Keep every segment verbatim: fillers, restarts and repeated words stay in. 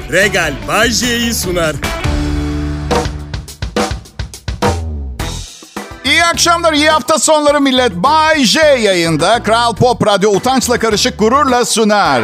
Regal Bajje'yi sunar. İyi akşamlar, iyi hafta sonları millet. Bay J yayında. Kral Pop Radyo utançla karışık gururla sunar.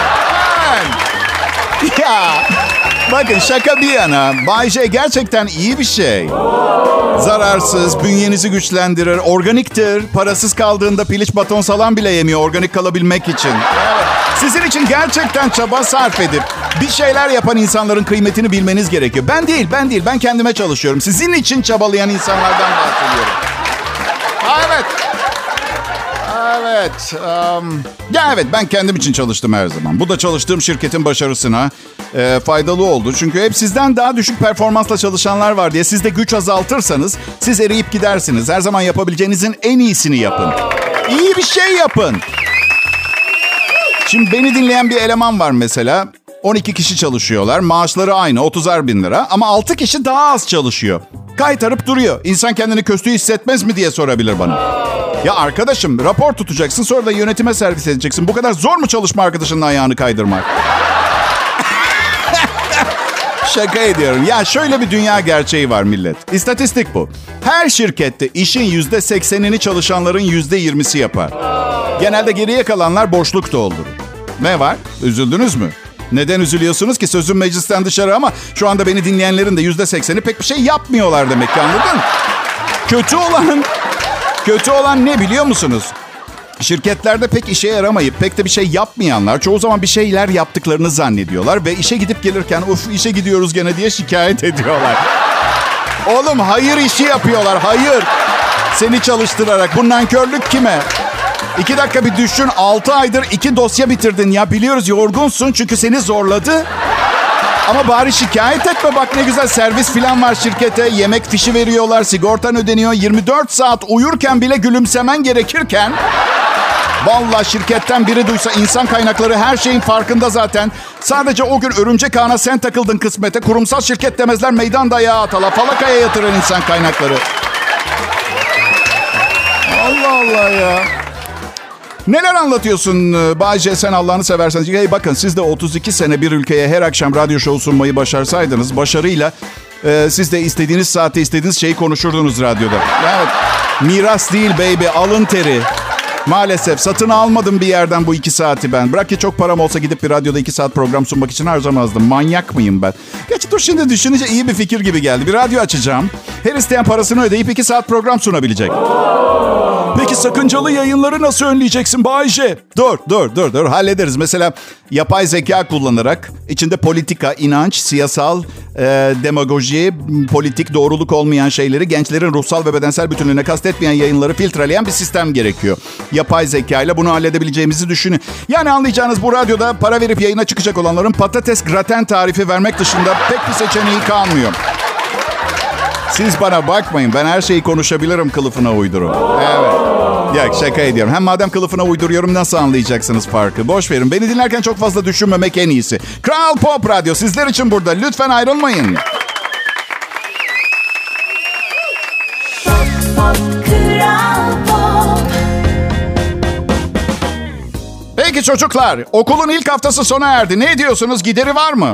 Ya bakın, şaka bir yana, Bay J gerçekten iyi bir şey. Zararsız, bünyenizi güçlendirir, organiktir. Parasız kaldığında piliç baton salam bile yemiyor organik kalabilmek için. Sizin için gerçekten çaba sarf edip bir şeyler yapan insanların kıymetini bilmeniz gerekiyor. Ben değil, ben değil. Ben kendime çalışıyorum. Sizin için çabalayan insanlardan bahsediyorum. Evet. Evet. Um, ya evet, ben kendim için çalıştım her zaman. Bu da çalıştığım şirketin başarısına e, faydalı oldu. Çünkü hep sizden daha düşük performansla çalışanlar var diye siz de güç azaltırsanız siz eriyip gidersiniz. Her zaman yapabileceğinizin en iyisini yapın. İyi bir şey yapın. Şimdi beni dinleyen bir eleman var mesela. on iki kişi çalışıyorlar. Maaşları aynı, otuzar bin lira. Ama altı kişi daha az çalışıyor. Kaytarıp duruyor. İnsan kendini kötü hissetmez mi diye sorabilir bana. Ya arkadaşım, rapor tutacaksın, sonra da yönetime servis edeceksin. Bu kadar zor mu çalışma arkadaşının ayağını kaydırmak? Şaka ediyorum. Ya şöyle bir dünya gerçeği var millet. İstatistik bu. Her şirkette işin yüzde seksenini çalışanların yüzde yirmisi yapar. Genelde geriye kalanlar boşluk doldurur. Ne var? Üzüldünüz mü? Neden üzülüyorsunuz ki? Sözüm meclisten dışarı ama şu anda beni dinleyenlerin de yüzde sekseni pek bir şey yapmıyorlar demek ki, anladın? Kötü olan, kötü olan ne biliyor musunuz? Şirketlerde pek işe yaramayıp pek de bir şey yapmayanlar çoğu zaman bir şeyler yaptıklarını zannediyorlar ve işe gidip gelirken uf işe gidiyoruz gene diye şikayet ediyorlar. Oğlum hayır işi yapıyorlar, hayır. Seni çalıştırarak. Bu nankörlük kime? İki dakika bir düşün. Altı aydır iki dosya bitirdin ya. Biliyoruz yorgunsun çünkü seni zorladı. Ama bari şikayet etme. Bak ne güzel servis falan var şirkete. Yemek fişi veriyorlar. Sigortan ödeniyor. yirmi dört saat uyurken bile gülümsemen gerekirken... Vallahi şirketten biri duysa, insan kaynakları her şeyin farkında zaten. Sadece o gün örümcek ağına sen takıldın kısmete. Kurumsal şirket demezler, meydan dayağı atala. Falakaya yatırır insan kaynakları. Allah Allah ya. Neler anlatıyorsun Bay J, sen Allah'ını seversen? Hey bakın, siz de otuz iki sene bir ülkeye her akşam radyo şovu sunmayı başarsaydınız, başarıyla e, siz de istediğiniz saatte istediğiniz şeyi konuşurdunuz radyoda. Evet, miras değil baby, alın teri. Maalesef satın almadım bir yerden bu iki saati ben. Bırak ki çok param olsa gidip bir radyoda iki saat program sunmak için harcamazdım. Manyak mıyım ben? Gerçi dur, şimdi düşününce iyi bir fikir gibi geldi. Bir radyo açacağım. Her isteyen parasını ödeyip iki saat program sunabilecek. Peki sakıncalı yayınları nasıl önleyeceksin Bay J? Dur, dur, dur, dur. Hallederiz. Mesela yapay zeka kullanarak içinde politika, inanç, siyasal, e, demagoji, politik, doğruluk olmayan şeyleri, gençlerin ruhsal ve bedensel bütünlüğüne kastetmeyen yayınları filtreleyen bir sistem gerekiyor. Yapay zeka ile bunu halledebileceğimizi düşünün. Yani anlayacağınız, bu radyoda para verip yayına çıkacak olanların patates graten tarifi vermek dışında pek bir seçeneği kalmıyor. Siz bana bakmayın. Ben her şeyi konuşabilirim kılıfına uydurun. Evet. Ya şaka ediyorum. Hem madem kılıfına uyduruyorum, nasıl anlayacaksınız farkı? Boş verin. Beni dinlerken çok fazla düşünmemek en iyisi. Kral Pop Radyo sizler için burada. Lütfen ayrılmayın. Pop, pop, Kral Pop. Peki çocuklar, okulun ilk haftası sona erdi. Ne diyorsunuz? Gideri var mı?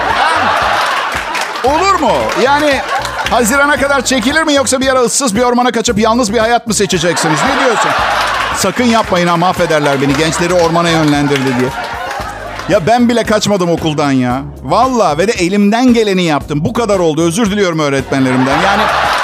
Olur mu? Yani... Hazirana kadar çekilir mi, yoksa bir ara ıssız bir ormana kaçıp yalnız bir hayat mı seçeceksiniz? Ne diyorsun? Sakın yapmayın ha, mahvederler beni. Gençleri ormana yönlendirdi diye. Ya ben bile kaçmadım okuldan ya. Vallahi, ve de elimden geleni yaptım. Bu kadar oldu. Özür diliyorum öğretmenlerimden. Yani...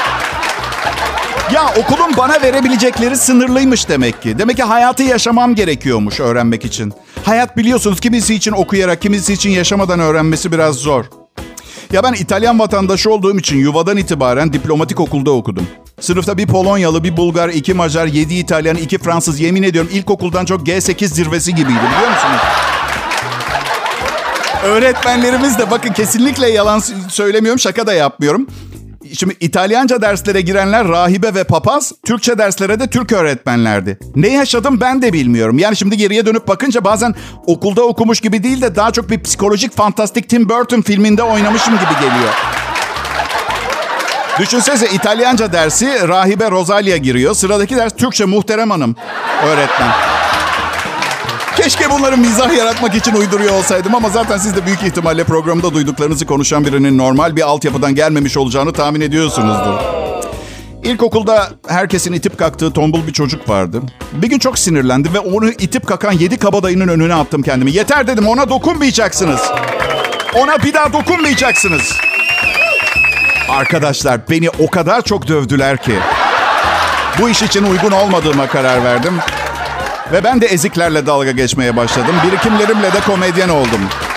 Ya okulun bana verebilecekleri sınırlıymış demek ki. Demek ki hayatı yaşamam gerekiyormuş öğrenmek için. Hayat biliyorsunuz kimisi için okuyarak, kimisi için yaşamadan öğrenmesi biraz zor. Ya ben İtalyan vatandaşı olduğum için yuvadan itibaren diplomatik okulda okudum. Sınıfta bir Polonyalı, bir Bulgar, iki Macar, yedi İtalyan, iki Fransız. Yemin ediyorum ilkokuldan çok G sekiz zirvesi gibiydi, biliyor musunuz? Öğretmenlerimiz de, bakın kesinlikle yalan söylemiyorum, şaka da yapmıyorum. Şimdi İtalyanca derslere girenler rahibe ve papaz, Türkçe derslere de Türk öğretmenlerdi. Ne yaşadım ben de bilmiyorum. Yani şimdi geriye dönüp bakınca bazen okulda okumuş gibi değil de daha çok bir psikolojik fantastik Tim Burton filminde oynamışım gibi geliyor. Düşünsenize, İtalyanca dersi rahibe Rosalia giriyor. Sıradaki ders Türkçe Muhterem Hanım öğretmen. Keşke bunları mizah yaratmak için uyduruyor olsaydım ama zaten siz de büyük ihtimalle programda duyduklarınızı konuşan birinin normal bir altyapıdan gelmemiş olacağını tahmin ediyorsunuzdur. İlkokulda herkesin itip kalktığı tombul bir çocuk vardı. Bir gün çok sinirlendim ve onu itip kakan yedi kabadayının önüne attım kendimi. Yeter dedim, ona dokunmayacaksınız. Ona bir daha dokunmayacaksınız. Arkadaşlar beni o kadar çok dövdüler ki bu iş için uygun olmadığıma karar verdim. Ve ben de eziklerle dalga geçmeye başladım. Birikimlerimle de komedyen oldum.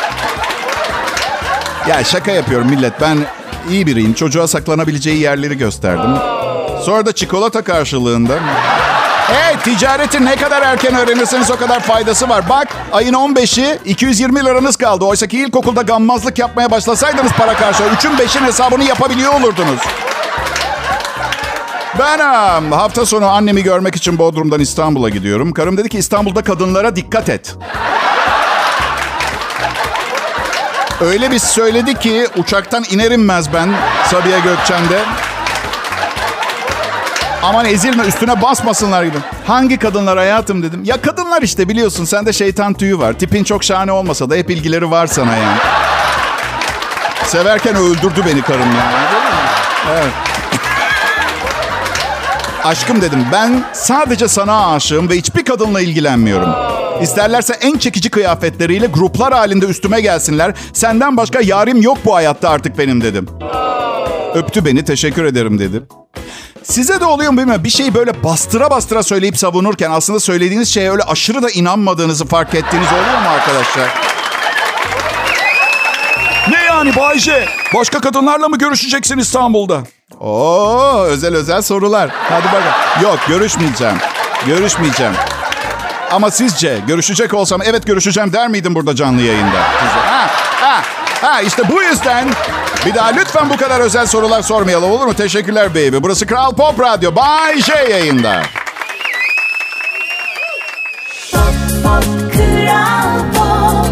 Ya şaka yapıyorum millet. Ben iyi biriyim. Çocuğa saklanabileceği yerleri gösterdim. Sonra da çikolata karşılığında... Hey, ticareti ne kadar erken öğrenirseniz o kadar faydası var. Bak, ayın on beşi iki yüz yirmi liranız kaldı. Oysa ki ilkokulda gammazlık yapmaya başlasaydınız para karşılığı üçün beşin hesabını yapabiliyor olurdunuz. Ben hafta sonu annemi görmek için Bodrum'dan İstanbul'a gidiyorum. Karım dedi ki İstanbul'da kadınlara dikkat et. Öyle bir söyledi ki uçaktan iner inmez ben Sabiha Gökçen'de. Aman ezilme, üstüne basmasınlar gibi. Hangi kadınlar hayatım dedim. Ya kadınlar işte, biliyorsun sende şeytan tüyü var. Tipin çok şahane olmasa da hep ilgileri var sana yani. Severken öldürdü beni karım yani. Evet. Aşkım dedim, ben sadece sana aşığım ve hiçbir kadınla ilgilenmiyorum. İsterlerse en çekici kıyafetleriyle gruplar halinde üstüme gelsinler. Senden başka yarim yok bu hayatta artık benim dedim. Öptü beni, teşekkür ederim dedi. Size de oluyor mu bilmiyorum. Bir şeyi böyle bastıra bastıra söyleyip savunurken aslında söylediğiniz şeye öyle aşırı da inanmadığınızı fark ettiğiniz oluyor mu arkadaşlar? Ne yani Bay J? Başka kadınlarla mı görüşeceksin İstanbul'da? Oo, özel özel sorular. Hadi bakalım. Yok, görüşmeyeceğim. Görüşmeyeceğim. Ama sizce görüşecek olsam evet görüşeceğim der miydim burada canlı yayında? Ha, ha, ha, işte bu yüzden bir daha lütfen bu kadar özel sorular sormayalım, olur mu? Teşekkürler baby. Burası Kral Pop Radyo. Bay J yayında. Pop, pop, Kral Pop.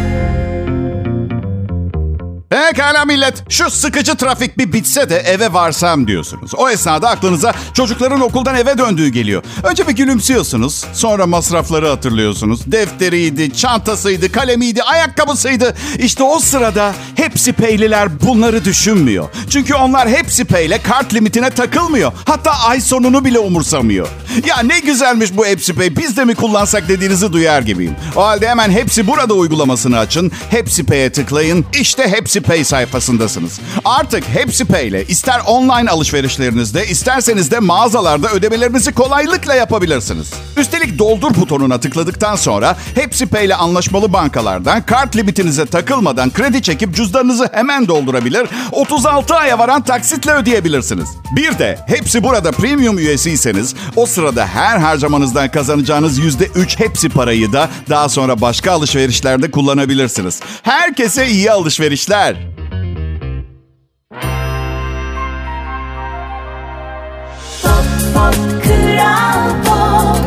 Pekala millet, şu sıkıcı trafik bir bitse de eve varsam diyorsunuz. O esnada aklınıza çocukların okuldan eve döndüğü geliyor. Önce bir gülümsüyorsunuz, sonra masrafları hatırlıyorsunuz. Defteriydi, çantasıydı, kalemiydi, ayakkabısıydı. İşte o sırada Hepsi Pay'liler bunları düşünmüyor. Çünkü onlar Hepsi Pay'le kart limitine takılmıyor. Hatta ay sonunu bile umursamıyor. Ya ne güzelmiş bu Hepsi Pay, biz de mi kullansak dediğinizi duyar gibiyim. O halde hemen Hepsi Burada uygulamasını açın. Hepsi Pay'e tıklayın. İşte Hepsi Pay sayfasındasınız. Artık Hepsi Pay ile ister online alışverişlerinizde, isterseniz de mağazalarda ödemelerinizi kolaylıkla yapabilirsiniz. Üstelik doldur butonuna tıkladıktan sonra Hepsi Pay ile anlaşmalı bankalardan kart limitinize takılmadan kredi çekip cüzdanınızı hemen doldurabilir, otuz altı aya varan taksitle ödeyebilirsiniz. Bir de Hepsi Burada Premium üyesiyseniz o sırada her harcamanızdan kazanacağınız yüzde üç Hepsi parayı da daha sonra başka alışverişlerde kullanabilirsiniz. Herkese iyi alışverişler. Pop, pop, Kral Pop.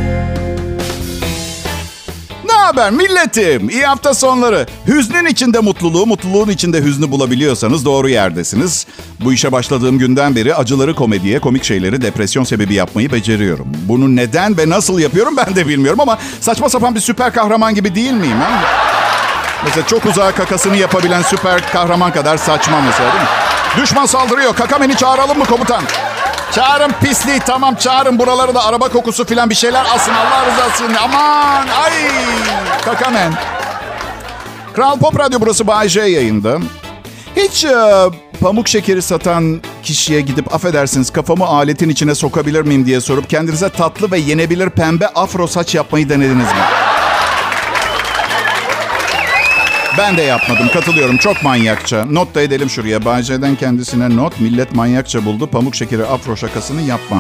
Ne haber milletim? İyi hafta sonları. Hüznün içinde mutluluğu, mutluluğun içinde hüznü bulabiliyorsanız doğru yerdesiniz. Bu işe başladığım günden beri acıları komediye, komik şeyleri depresyon sebebi yapmayı beceriyorum. Bunu neden ve nasıl yapıyorum ben de bilmiyorum ama saçma sapan bir süper kahraman gibi değil miyim? Ha? Mesela çok uzağa kakasını yapabilen süper kahraman kadar saçma mesela, değil mi? Düşman saldırıyor. Kakameni çağıralım mı komutan? Çağırın pisliği, tamam çağırın. Buraları da araba kokusu falan bir şeyler asın. Allah rızası için. Aman ay Kakamen. Kral Pop Radyo, burası Bay J yayında. Hiç e, pamuk şekeri satan kişiye gidip affedersiniz kafamı aletin içine sokabilir miyim diye sorup kendinize tatlı ve yenebilir pembe afro saç yapmayı denediniz mi? Ben de yapmadım, katılıyorum. Çok manyakça. Not da edelim şuraya. Bay J'den kendisine not. Millet manyakça buldu. Pamuk şekeri afro şakasını yapma.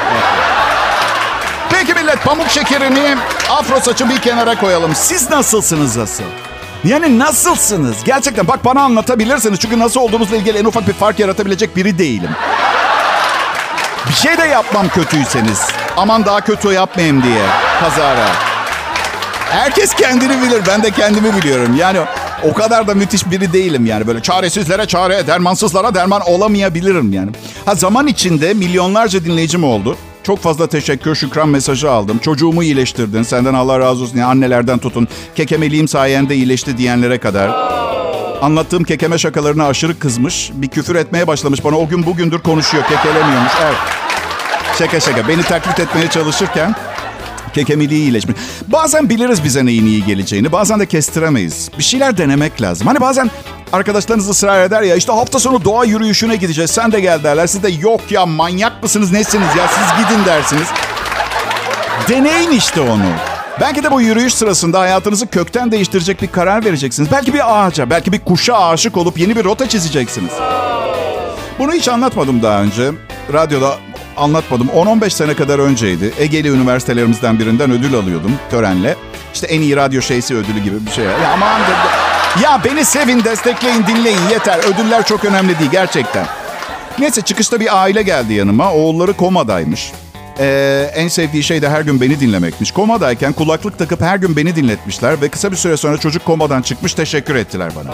Peki millet, pamuk şekerini, afro saçı bir kenara koyalım. Siz nasılsınız asıl? Yani nasılsınız? Gerçekten bak bana anlatabilirsiniz. Çünkü nasıl olduğunuzla ilgili en ufak bir fark yaratabilecek biri değilim. Bir şey de yapmam kötüyseniz. Aman daha kötü yapmayayım diye. Kazara. Herkes kendini bilir. Ben de kendimi biliyorum. Yani o kadar da müthiş biri değilim yani. Böyle çaresizlere çare, dermansızlara derman olamayabilirim yani. Ha, zaman içinde milyonlarca dinleyicim oldu. Çok fazla teşekkür, şükran mesajı aldım. Çocuğumu iyileştirdin. Senden Allah razı olsun. Yani annelerden tutun. Kekemeliğim sayende iyileşti diyenlere kadar. Anlattığım kekeme şakalarına aşırı kızmış. Bir küfür etmeye başlamış bana. O gün bugündür konuşuyor. Kekelemiyormuş. Evet. Şaka şaka. Beni taklit etmeye çalışırken kekemeliği iyileşmiş. Bazen biliriz bize neyin iyi geleceğini. Bazen de kestiremeyiz. Bir şeyler denemek lazım. Hani bazen arkadaşlarınız ısrar eder ya, işte hafta sonu doğa yürüyüşüne gideceğiz, sen de gel derler. Siz de yok ya, manyak mısınız, nesiniz ya, siz gidin dersiniz. Deneyin işte onu. Belki de bu yürüyüş sırasında hayatınızı kökten değiştirecek bir karar vereceksiniz. Belki bir ağaca, belki bir kuşa aşık olup yeni bir rota çizeceksiniz. Bunu hiç anlatmadım daha önce. Radyoda anlatmadım. on on beş sene kadar önceydi. Ege'li üniversitelerimizden birinden ödül alıyordum törenle. İşte en iyi radyo şeysi ödülü gibi bir şey. Ya aman ya beni sevin, destekleyin, dinleyin yeter. Ödüller çok önemli değil gerçekten. Neyse, çıkışta bir aile geldi yanıma. Oğulları komadaymış. Ee, en sevdiği şey de her gün beni dinlemekmiş. Komadayken kulaklık takıp her gün beni dinletmişler. Ve kısa bir süre sonra çocuk komadan çıkmış, teşekkür ettiler bana.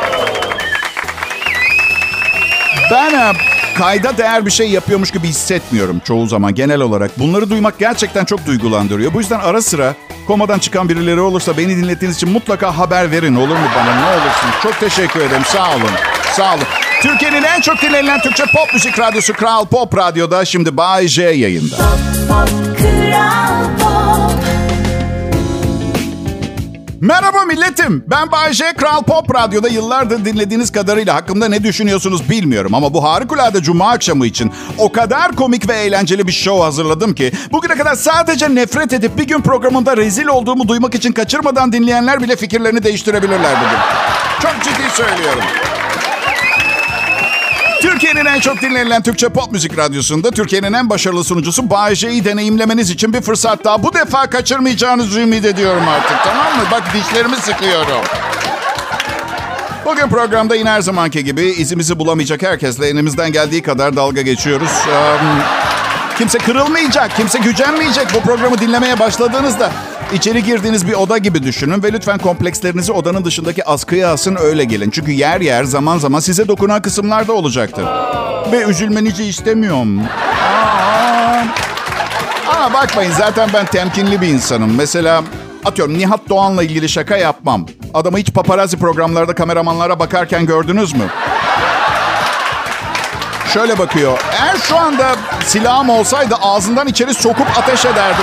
Ben e, kayda değer bir şey yapıyormuş gibi hissetmiyorum çoğu zaman genel olarak. Bunları duymak gerçekten çok duygulandırıyor. Bu yüzden ara sıra komadan çıkan birileri olursa beni dinlettiğiniz için mutlaka haber verin, olur mu bana, ne olursun. Çok teşekkür ederim, sağ olun, sağ olun. Türkiye'nin en çok dinlenilen Türkçe pop müzik radyosu Kral Pop Radyo'da şimdi Bay J yayında. Pop, pop, Kral Pop. Merhaba milletim, ben Bay J. Kral Pop Radyo'da yıllardır dinlediğiniz kadarıyla hakkımda ne düşünüyorsunuz bilmiyorum. Ama bu harikulade cuma akşamı için o kadar komik ve eğlenceli bir show hazırladım ki... bugüne kadar sadece nefret edip bir gün programımda rezil olduğumu duymak için kaçırmadan dinleyenler bile fikirlerini değiştirebilirler bugün. Çok ciddi söylüyorum. Türkiye'nin en çok dinlenilen Türkçe pop müzik radyosunda Türkiye'nin en başarılı sunucusu Bay J'yi deneyimlemeniz için bir fırsat daha. Bu defa kaçırmayacağınızı ümit ediyorum artık, tamam mı? Bak, dişlerimi sıkıyorum. Bugün programda yine her zamanki gibi izimizi bulamayacak herkesle elimizden geldiği kadar dalga geçiyoruz. Um, kimse kırılmayacak, kimse gücenmeyecek. Bu programı dinlemeye başladığınızda içeri girdiğiniz bir oda gibi düşünün ve lütfen komplekslerinizi odanın dışındaki askıya asın, öyle gelin. Çünkü yer yer zaman zaman size dokunan kısımlar da olacaktır. Ve üzülmenizi istemiyorum. Aa. Aa, bakmayın, zaten ben temkinli bir insanım. Mesela atıyorum Nihat Doğan'la ilgili şaka yapmam. Adamı hiç paparazzi programlarda kameramanlara bakarken gördünüz mü? Şöyle bakıyor. Eğer şu anda silahım olsaydı ağzından içeri sokup ateş ederdim.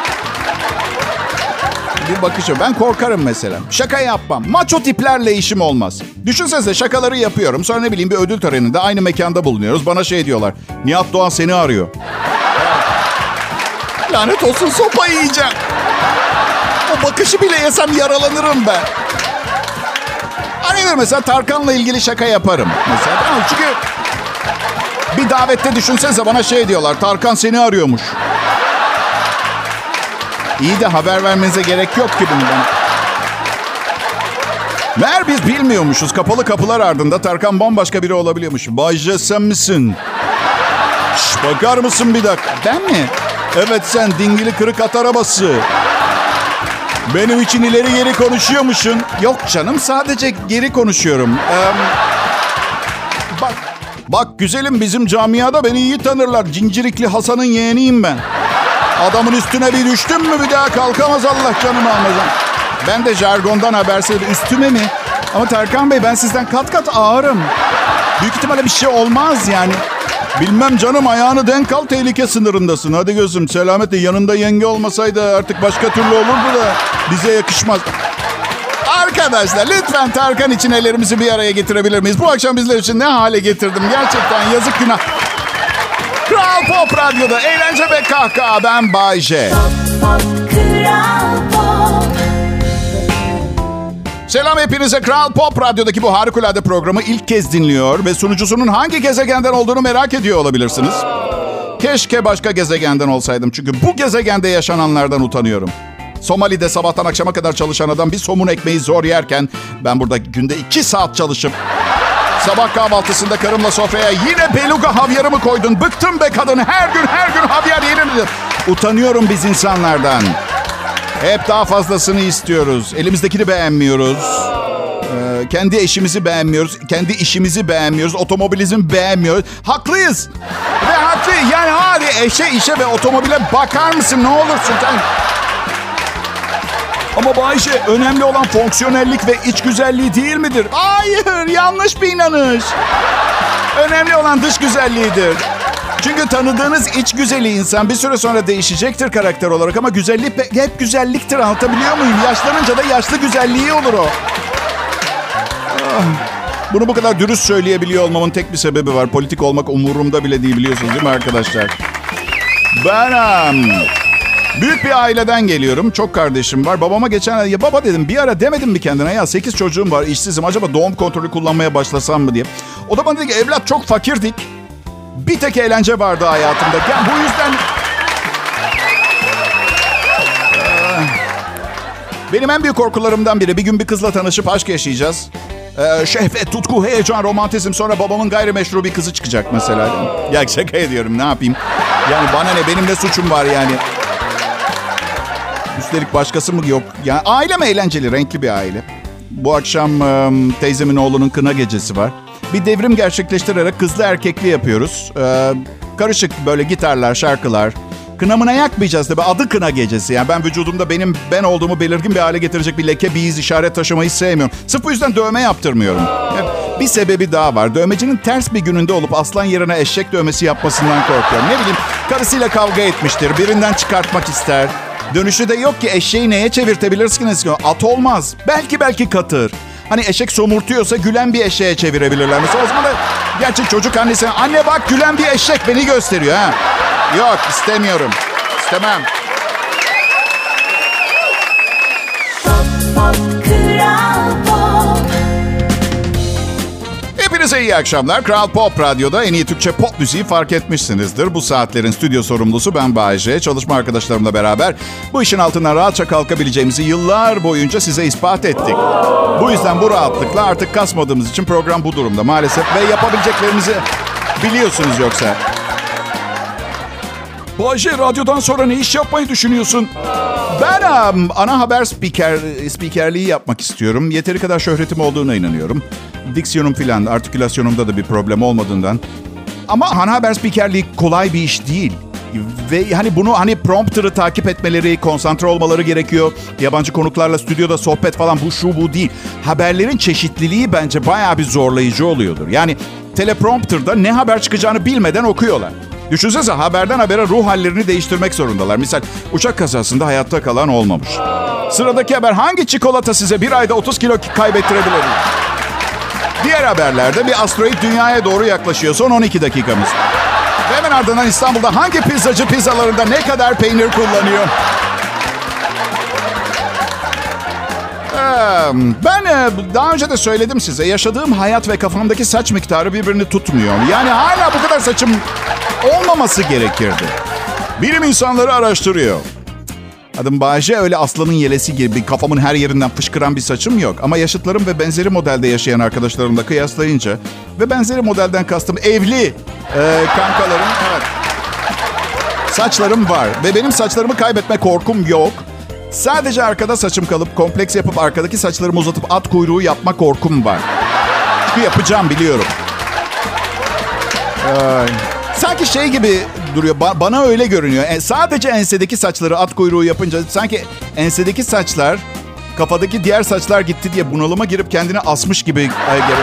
Bir bakışı. Ben korkarım mesela. Şaka yapmam. Maço tiplerle işim olmaz. Düşünsenize, şakaları yapıyorum. Sonra ne bileyim bir ödül töreninde aynı mekanda bulunuyoruz. Bana şey diyorlar. Nihat Doğan seni arıyor. Lanet olsun, sopa yiyeceğim. O bakışı bile yesem yaralanırım ben. Hani mesela Tarkan'la ilgili şaka yaparım. Mesela çünkü bir davette düşünsenize bana şey diyorlar. Tarkan seni arıyormuş. İyi de haber vermenize gerek yok ki bundan. Meğer biz bilmiyormuşuz. Kapalı kapılar ardında Tarkan bambaşka biri olabiliyormuş. Bay J, sen misin? Şş, bakar mısın bir dakika? Ben mi? Evet sen, dingili kırık at arabası. Benim için ileri geri konuşuyormuşsun. Yok canım, sadece geri konuşuyorum. Ee, bak, bak güzelim, bizim camiada beni iyi tanırlar. Cincirikli Hasan'ın yeğeniyim ben. Adamın üstüne bir düştüm mü bir daha kalkamaz, Allah canımı almasın. Ben de jargondan habersiz, üstüme mi? Ama Tarkan Bey, ben sizden kat kat ağırım. Büyük ihtimalle bir şey olmaz yani. Bilmem canım, ayağını denk al, tehlike sınırındasın. Hadi gözüm selametle, yanında yenge olmasaydı artık başka türlü olurdu da bize yakışmaz. Arkadaşlar lütfen Tarkan için ellerimizi bir araya getirebilir miyiz? Bu akşam bizler için ne hale getirdim gerçekten, yazık günah. Kral Pop Radyo'da eğlence ve kahkaha, ben Bay J. Pop, pop, Kral Pop. Selam hepinize. Kral Pop Radyo'daki bu harikulade programı ilk kez dinliyor ve sunucusunun hangi gezegenden olduğunu merak ediyor olabilirsiniz. Keşke başka gezegenden olsaydım, çünkü bu gezegende yaşananlardan utanıyorum. Somali'de sabahtan akşama kadar çalışan adam bir somun ekmeği zor yerken, ben burada günde iki saat çalışıp sabah kahvaltısında karımla sofraya yine beluga havyarı mı koydun? Bıktım be kadın, her gün her gün havyar yerim. Utanıyorum biz insanlardan. Hep daha fazlasını istiyoruz. Elimizdekini beğenmiyoruz. Ee, Ee, kendi eşimizi beğenmiyoruz. Kendi işimizi beğenmiyoruz. Otomobilizmi beğenmiyoruz. Haklıyız. Ve haklı. Yani hadi eşe, işe ve otomobile bakar mısın? Ne olursun sen? Ama Bayşe, önemli olan fonksiyonellik ve iç güzelliği değil midir? Hayır, yanlış bir inanış. Önemli olan dış güzelliğidir. Çünkü tanıdığınız iç güzeli insan bir süre sonra değişecektir karakter olarak. Ama güzellik hep güzelliktir, anlatabiliyor muyum? Yaşlanınca da yaşlı güzelliği olur o. Bunu bu kadar dürüst söyleyebiliyor olmamın tek bir sebebi var. Politik olmak umurumda bile değil, biliyorsunuz değil mi arkadaşlar? Ben... Um, Büyük bir aileden geliyorum. Çok kardeşim var. Babama geçen ya baba dedim, bir ara demedim mi kendine, ya sekiz çocuğum var, işsizim, acaba doğum kontrolü kullanmaya başlasam mı diye. O da bana dedi ki, evlat çok fakirdik. Bir tek eğlence vardı hayatımda. Yani bu yüzden... Benim en büyük korkularımdan biri, bir gün bir kızla tanışıp aşk yaşayacağız. Ee, şehvet, tutku, heyecan, romantizm, sonra babamın gayrimeşru bir kızı çıkacak mesela. Ya şaka ediyorum, ne yapayım? Yani bana ne, benim de suçum var yani. Üstelik başkası mı yok? Yani ailem eğlenceli, renkli bir aile. Bu akşam e, teyzemin oğlunun kına gecesi var. Bir devrim gerçekleştirerek kızlı erkekli yapıyoruz. E, karışık böyle gitarlar, şarkılar. Kınamına yakmayacağız tabii. Adı kına gecesi. Yani ben vücudumda benim ben olduğumu belirgin bir hale getirecek bir leke, bir iz, işaret taşımayı sevmiyorum. Sırf bu yüzden dövme yaptırmıyorum. Yani bir sebebi daha var. Dövmecinin ters bir gününde olup aslan yerine eşek dövmesi yapmasından korkuyorum. Ne bileyim, karısıyla kavga etmiştir. Birinden çıkartmak ister. Dönüşü de yok ki, eşeği neye çevirtebiliriz ki? At olmaz. Belki belki katır. Hani eşek somurtuyorsa gülen bir eşeğe çevirebilirler. Mesela o zaman da gerçi çocuk annesine, anne bak gülen bir eşek beni gösteriyor ha. Yok, istemiyorum. İstemem. Pop, pop, Kral Pop. Hepinize iyi akşamlar. Kral Pop Radyo'da en iyi Türkçe pop müziği fark etmişsinizdir. Bu saatlerin stüdyo sorumlusu ben Bayece. Çalışma arkadaşlarımla beraber bu işin altından rahatça kalkabileceğimizi yıllar boyunca size ispat ettik. Bu yüzden bu rahatlıkla artık kasmadığımız için program bu durumda maalesef. Ve yapabileceklerimizi biliyorsunuz yoksa. Bayece, radyodan sonra ne iş yapmayı düşünüyorsun? Ben um, ana haber spiker, spikerliği yapmak istiyorum. Yeteri kadar şöhretim olduğuna inanıyorum. Diksiyonum filan, artikülasyonumda da bir problem olmadığından. Ama ana haber spikerliği kolay bir iş değil. Ve hani bunu hani prompter'ı takip etmeleri, konsantre olmaları gerekiyor. Yabancı konuklarla stüdyoda sohbet falan, bu şu bu değil. Haberlerin çeşitliliği bence bayağı bir zorlayıcı oluyordur. Yani teleprompter'da ne haber çıkacağını bilmeden okuyorlar. Düşünsenize, haberden habere ruh hallerini değiştirmek zorundalar. Misal uçak kazasında hayatta kalan olmamış. Sıradaki haber, hangi çikolata size bir ayda otuz kilo kaybettirebilir? Diğer haberlerde bir asteroid dünyaya doğru yaklaşıyor. Son on iki dakikamız. Ve hemen ardından İstanbul'da hangi pizzacı pizzalarında ne kadar peynir kullanıyor? Ben daha önce de söyledim size, yaşadığım hayat ve kafamdaki saç miktarı birbirini tutmuyor. Yani hala bu kadar saçım olmaması gerekirdi. Bilim insanları araştırıyor. Adım Bayece, öyle aslanın yelesi gibi kafamın her yerinden fışkıran bir saçım yok. Ama yaşıtlarım ve benzeri modelde yaşayan arkadaşlarımla kıyaslayınca, ve benzeri modelden kastım evli e, kankalarım, evet. Saçlarım var ve benim saçlarımı kaybetme korkum yok. Sadece arkada saçım kalıp kompleks yapıp arkadaki saçlarımı uzatıp at kuyruğu yapma korkum var. Çünkü yapacağım, biliyorum. Ee, sanki şey gibi duruyor. Ba- bana öyle görünüyor. E, sadece ensedeki saçları at kuyruğu yapınca sanki ensedeki saçlar kafadaki diğer saçlar gitti diye bunalıma girip kendini asmış gibi geliyor.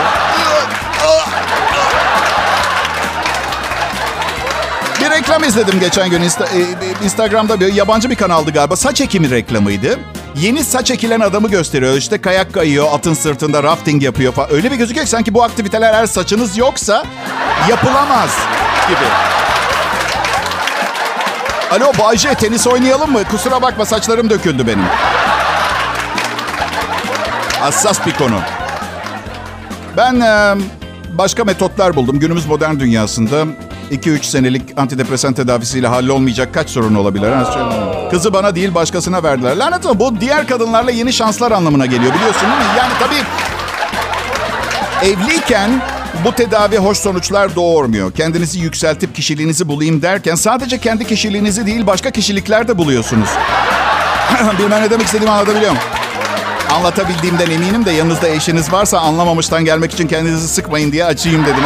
Bir reklam izledim geçen gün Insta- Instagram'da, bir yabancı bir kanaldı galiba. Saç ekimi reklamıydı. Yeni saç ekilen adamı gösteriyor. İşte kayak kayıyor, atın sırtında rafting yapıyor falan. Öyle bir gözüküyor ki sanki bu aktiviteler eğer saçınız yoksa yapılamaz gibi. Alo Bayce, tenis oynayalım mı? Kusura bakma, saçlarım döküldü benim. Hassas bir konu. Ben e, başka metotlar buldum. Günümüz modern dünyasında iki üç senelik antidepresan tedavisiyle hallolmayacak kaç sorun olabilir? Kızı bana değil başkasına verdiler. Lanet olsun, bu diğer kadınlarla yeni şanslar anlamına geliyor, biliyorsun değil mi? Yani tabii evliyken bu tedavi hoş sonuçlar doğurmuyor. Kendinizi yükseltip kişiliğinizi bulayım derken sadece kendi kişiliğinizi değil başka kişilikler de buluyorsunuz. Bilmem ne demek istediğimi anlatabiliyor muyum? Anlatabildiğimden eminim de yanınızda eşiniz varsa anlamamıştan gelmek için kendinizi sıkmayın diye açayım dedim.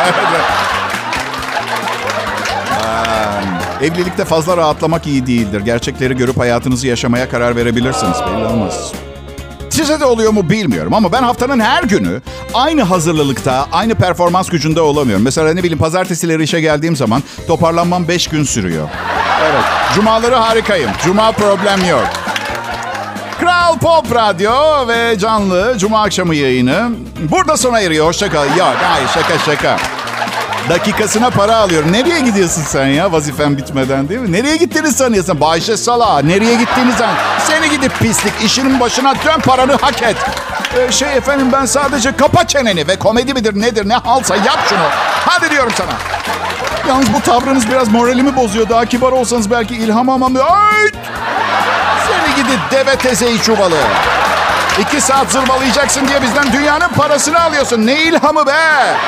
Ee, evlilikte fazla rahatlamak iyi değildir. Gerçekleri görüp hayatınızı yaşamaya karar verebilirsiniz. Belli olmaz. Size de oluyor mu bilmiyorum ama ben haftanın her günü aynı hazırlılıkta, aynı performans gücünde olamıyorum. Mesela ne bileyim pazartesileri işe geldiğim zaman toparlanmam beş gün sürüyor. Evet, cumaları harikayım. Cuma problem yok. Kral Pop Radyo ve canlı Cuma akşamı yayını burada sona eriyor. Hoşça kal. Yok, hayır şaka şaka. Dakikasına para alıyorum. Nereye gidiyorsun sen ya vazifen bitmeden değil mi? Nereye gittiğini sanıyorsun? Bayşe Sala. Nereye gittiğini san. Seni gidip pislik. İşinin başına dön, paranı hak et. Ee, şey efendim ben sadece kapa çeneni ve komedi midir nedir ne halsa yap şunu. Hadi diyorum sana. Yalnız bu tavrınız biraz moralimi bozuyor. Daha kibar olsanız belki ilham almam. Ay! Seni gidip deve tezeyi çuvalı. İki saat zırvalayacaksın diye bizden dünyanın parasını alıyorsun. Ne ilhamı be?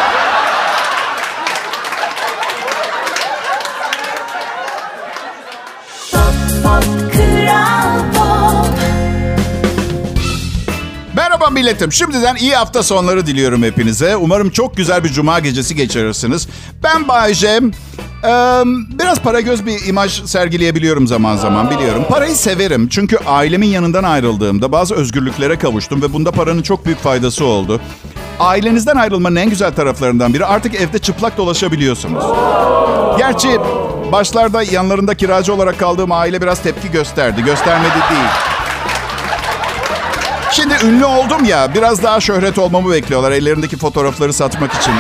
Merhaba milletim. Şimdiden iyi hafta sonları diliyorum hepinize. Umarım çok güzel bir cuma gecesi geçirirsiniz. Ben Bay J. Ee, biraz para göz bir imaj sergileyebiliyorum zaman zaman biliyorum. Parayı severim çünkü ailemin yanından ayrıldığımda bazı özgürlüklere kavuştum ve bunda paranın çok büyük faydası oldu. Ailenizden ayrılmanın en güzel taraflarından biri artık evde çıplak dolaşabiliyorsunuz. Gerçi başlarda yanlarında kiracı olarak kaldığım aile biraz tepki gösterdi. Göstermedi değil. Şimdi ünlü oldum ya, biraz daha şöhret olmamı bekliyorlar ellerindeki fotoğrafları satmak için.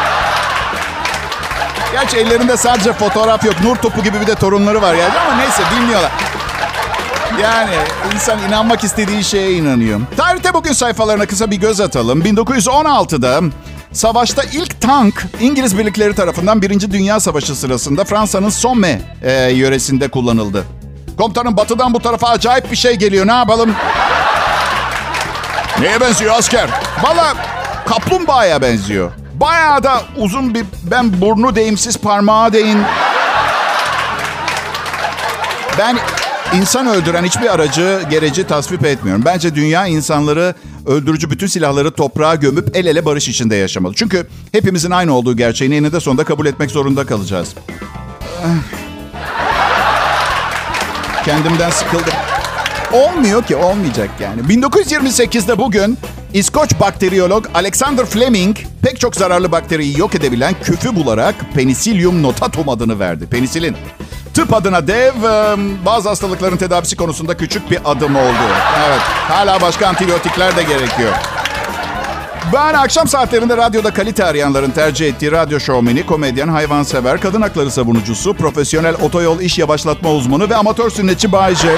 Gerçi ellerinde sadece fotoğraf yok. Nur topu gibi bir de torunları var yani ama neyse bilmiyorlar. Yani insan inanmak istediği şeye inanıyor. Tarihte bugün sayfalarına kısa bir göz atalım. bin dokuz yüz on altıda savaşta ilk tank İngiliz birlikleri tarafından Birinci Dünya Savaşı sırasında Fransa'nın Somme e, yöresinde kullanıldı. Komutanım batıdan bu tarafa acayip bir şey geliyor, ne yapalım? Neye benziyor asker? Valla kaplumbağaya benziyor. Bayağı da uzun bir... Ben burnu deyimsiz parmağı değin. Ben insan öldüren hiçbir aracı, gereci tasvip etmiyorum. Bence dünya insanları öldürücü bütün silahları toprağa gömüp el ele barış içinde yaşamalı. Çünkü hepimizin aynı olduğu gerçeğini eninde sonunda kabul etmek zorunda kalacağız. Kendimden sıkıldım. Olmuyor ki, olmayacak yani. bin dokuz yüz yirmi sekizde bugün İskoç bakteriyolog Alexander Fleming pek çok zararlı bakteriyi yok edebilen küfü bularak Penicillium notatum adını verdi. Penisilin. Tıp adına dev, bazı hastalıkların tedavisi konusunda küçük bir adım oldu. Evet, hala başka antibiyotikler de gerekiyor. Ben akşam saatlerinde radyoda kalite arayanların tercih ettiği radyo şovmeni, komedyen, hayvansever, kadın hakları savunucusu, profesyonel otoyol iş yavaşlatma uzmanı ve amatör sünnetçi Bay J.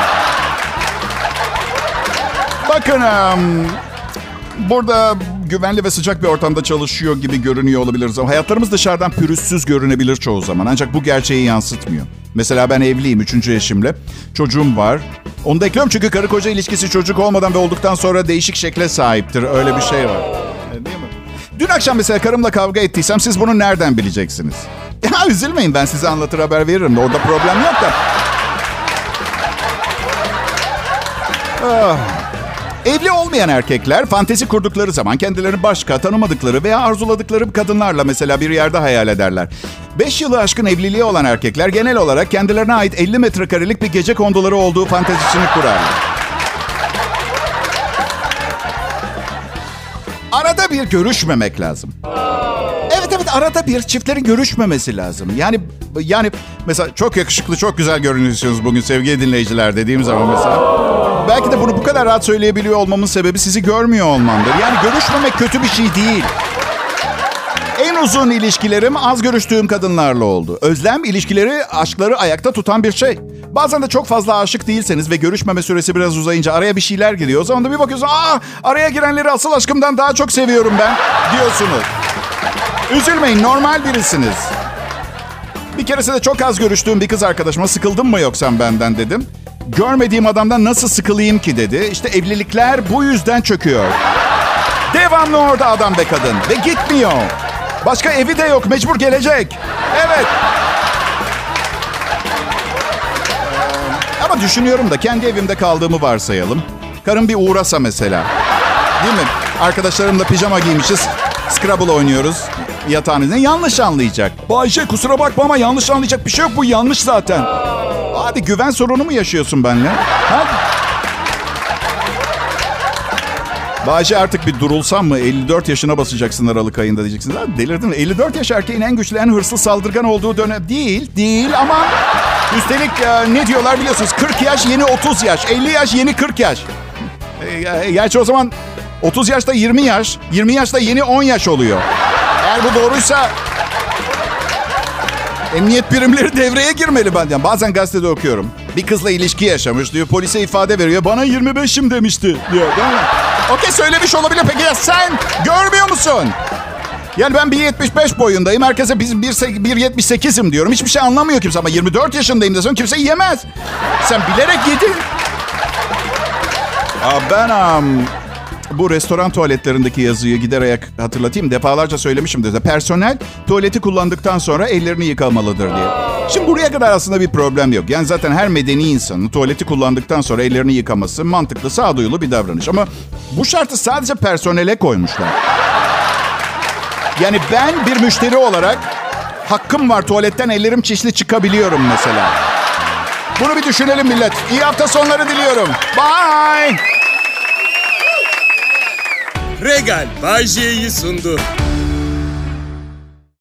Bakın, burada güvenli ve sıcak bir ortamda çalışıyor gibi görünüyor olabiliriz ama hayatlarımız dışarıdan pürüzsüz görünebilir çoğu zaman. Ancak bu gerçeği yansıtmıyor. Mesela ben evliyim, üçüncü eşimle. Çocuğum var. Onu da ekliyorum çünkü karı koca ilişkisi çocuk olmadan ve olduktan sonra değişik şekle sahiptir. Öyle bir şey var. Değil mi? Dün akşam mesela karımla kavga ettiysem siz bunu nereden bileceksiniz? Ya üzülmeyin, ben size anlatır haber veririm. Orada problem yok da. Ah. Evli olmayan erkekler fantezi kurdukları zaman kendilerini başka, tanımadıkları veya arzuladıkları kadınlarla mesela bir yerde hayal ederler. Beş yılı aşkın evliliği olan erkekler genel olarak kendilerine ait elli metrekarelik bir gece konduları olduğu fantezisini kurarlar. Arada bir görüşmemek lazım. Evet evet, arada bir çiftlerin görüşmemesi lazım. Yani yani mesela çok yakışıklı, çok güzel görünüyorsunuz bugün sevgili dinleyiciler dediğim zaman mesela. Belki de bunu bu kadar rahat söyleyebiliyor olmamın sebebi sizi görmüyor olmamdır. Yani görüşmemek kötü bir şey değil. En uzun ilişkilerim az görüştüğüm kadınlarla oldu. Özlem ilişkileri, aşkları ayakta tutan bir şey. Bazen de çok fazla aşık değilseniz ve görüşmeme süresi biraz uzayınca araya bir şeyler giriyor. O zaman da bir bakıyorsun, aa araya girenleri asıl aşkımdan daha çok seviyorum ben diyorsunuz. Üzülmeyin, normal birisiniz. Bir keresinde çok az görüştüğüm bir kız arkadaşıma sıkıldın mı yoksa benden dedim. Görmediğim adamdan nasıl sıkılayım ki dedi. İşte evlilikler bu yüzden çöküyor. Devamlı orada adam be kadın ve gitmiyor. Başka evi de yok, mecbur gelecek. Evet. Ee, ama düşünüyorum da kendi evimde kaldığımı varsayalım. Karım bir uğrasa mesela. Değil mi? Arkadaşlarımla pijama giymişiz. Scrabble oynuyoruz yatağın üzerine. Yanlış anlayacak. Bayşe kusura bakma ama yanlış anlayacak bir şey yok. Bu yanlış zaten. Hadi güven sorunu mu yaşıyorsun benimle? Hadi. Bayşe artık bir durulsam mı? elli dört yaşına basacaksın Aralık ayında diyeceksiniz. Abi delirdin mi? elli dört yaş erkeğin en güçlü, en hırslı, saldırgan olduğu dönem. Değil, değil ama... Üstelik e, ne diyorlar biliyorsunuz? kırk yaş yeni otuz yaş. elli yaş yeni kırk yaş. E, gerçi o zaman otuz yaşta yirmi yaş. yirmi yaşta yeni on yaş oluyor. Eğer bu doğruysa... Emniyet birimleri devreye girmeli benden. Bazen gazetede okuyorum. Bir kızla ilişki yaşamış diyor. Polise ifade veriyor. Bana yirmi beşim demişti diyor. Değil mi? Okey söylemiş olabilir. Peki ya sen görmüyor musun? Yani ben bir yetmiş beş boyundayım. Herkese biz bir yetmiş sekizim diyorum. Hiçbir şey anlamıyor kimse. Ama yirmi dört yaşındayım desem kimse yemez. Sen bilerek yedin. Aa, ben... Um, bu restoran tuvaletlerindeki yazıyı giderek hatırlatayım. Defalarca söylemişimdir de. Personel tuvaleti kullandıktan sonra ellerini yıkamalıdır diye. Şimdi buraya kadar aslında bir problem yok. Yani zaten her medeni insanın tuvaleti kullandıktan sonra ellerini yıkaması mantıklı, sağduyulu bir davranış. Ama bu şartı sadece personele koymuşlar. Yani ben bir müşteri olarak hakkım var, tuvaletten ellerim çişli çıkabiliyorum mesela. Bunu bir düşünelim millet. İyi hafta sonları diliyorum. Bye. Regal Bay J'yi sundu.